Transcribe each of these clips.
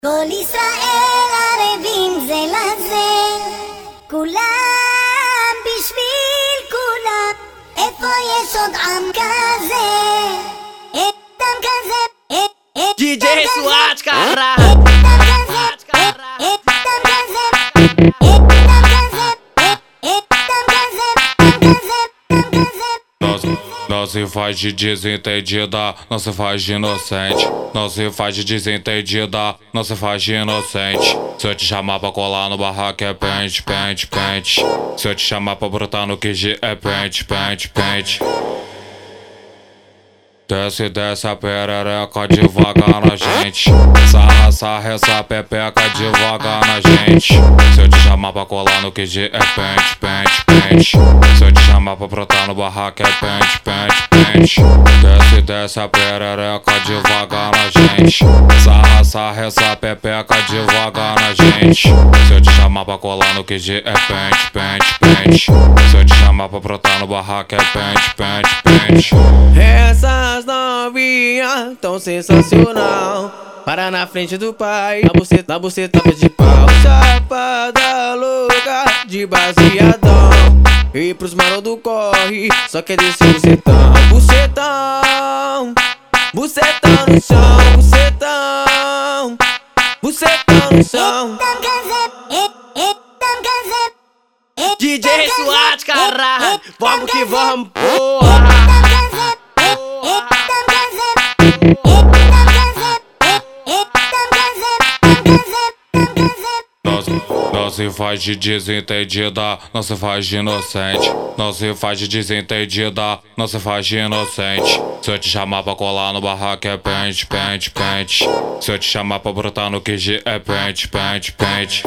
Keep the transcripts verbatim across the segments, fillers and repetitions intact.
כל ישראל ערבים זה לזה, כולם בשביל כולם. איפה יש עוד עם כזה? את עם כזה, את די ג'יי סואץ' קארה, את עם כזה, את עם כזה, את עם כזה, את עם כזה, עם כזה, עם כזה. Não se faz de desentendida, não se faz de inocente. Não se faz de desentendida, não se faz de inocente. Se eu te chamar pra colar no barraco é pente, pente, pente. Se eu te chamar pra brotar no Q G é pente, pente, pente. Desce, desce a perereca devagar na gente. Sarra, sarra essa pepeca devagar na gente. Se eu te chamar pra colar no Q G é pente, pente, pente. Se eu te chamar pra brotar no barraco é pente, pente, pente. Desce, desce a perereca devagar na gente. Sarra, sarra essa pepeca devagar na gente. Se eu te chamar pra colar no Q G é pente, pente, pente. Se eu te chamar pra brotar no barraco é pente, pente, pente. essas novinhas tão sensacional. Para na frente do pai, na buceta, na buceta de pau. Chapada louca de baseadão. E pros mano do corre, só quer descer bucetão. Bucetão, bucetão no chão. Bucetão, bucetão no chão. די ג'יי סואץ' קארה, vamos que vamos, porra. Não se faz de desentendida, não se faz de inocente. Não se faz de desentendida, não se faz de inocente. Se eu te chamar pra colar no barraco é pente, pente, pente. Se eu te chamar pra brotar no Q G é pente, pente, pente.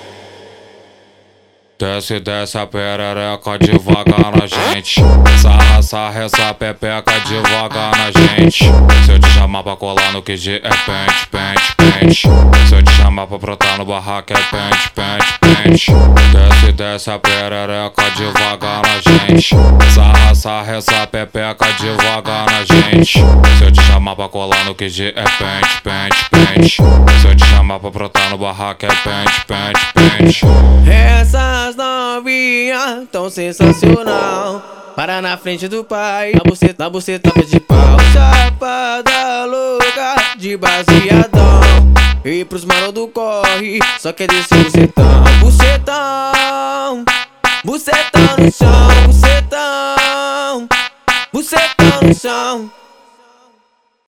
Desce, desce a perereca devagar na gente. Sarra, sarra essa pepeca devagar na gente. Se eu te chamar pra colar no Q G é pente, pente, pente. Se eu te chamar pra brotar no barraco é pente, pente, pente. Desce, desce a perereca devagar na gente. Sarra, sarra essa pepeca devagar na gente. Se eu te chamar pra colar no Q G é pente, pente, pente. Se eu te chamar pra brotar no barraco é pente, pente, pente. Essas novinhas tão sensacional. Para na frente do pai, na buceta, na buceta de pau. Chapada louca de baseadão. E pros mano do corre, só quer descer bucetão. Bucetão, bucetão no chão. Bucetão, bucetão no chão.